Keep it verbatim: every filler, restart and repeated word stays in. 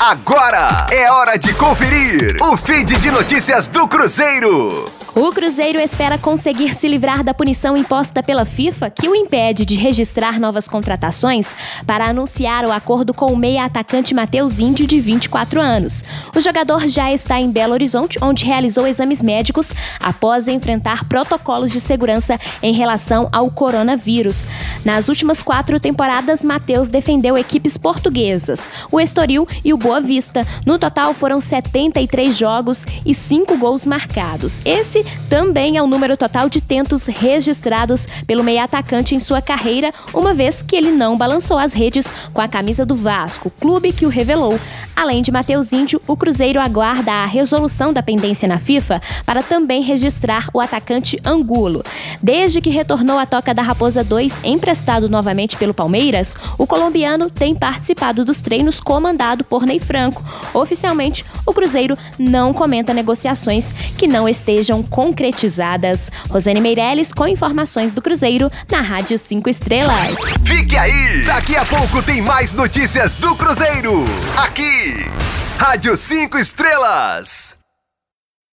Agora é hora de conferir o feed de notícias do Cruzeiro. O Cruzeiro espera conseguir se livrar da punição imposta pela FIFA, que o impede de registrar novas contratações, para anunciar o acordo com o meia-atacante Matheus Índio, de vinte e quatro anos. O jogador já está em Belo Horizonte, onde realizou exames médicos após enfrentar protocolos de segurança em relação ao coronavírus. Nas últimas quatro temporadas, Matheus defendeu equipes portuguesas, o Estoril e o Boa Vista. No total, foram setenta e três jogos e cinco gols marcados. Esse também é o número total de tentos registrados pelo meia-atacante em sua carreira, uma vez que ele não balançou as redes com a camisa do Vasco, clube que o revelou. Além de Matheus Índio, o Cruzeiro aguarda a resolução da pendência na FIFA para também registrar o atacante Angulo. Desde que retornou à Toca da Raposa dois, emprestado novamente pelo Palmeiras, o colombiano tem participado dos treinos comandado por Ney Franco. Oficialmente, o Cruzeiro não comenta negociações que não estejam concretizadas. Rosane Meirelles com informações do Cruzeiro na Rádio cinco Estrelas. Fique aí! Daqui a pouco tem mais notícias do Cruzeiro. Aqui, Rádio cinco Estrelas.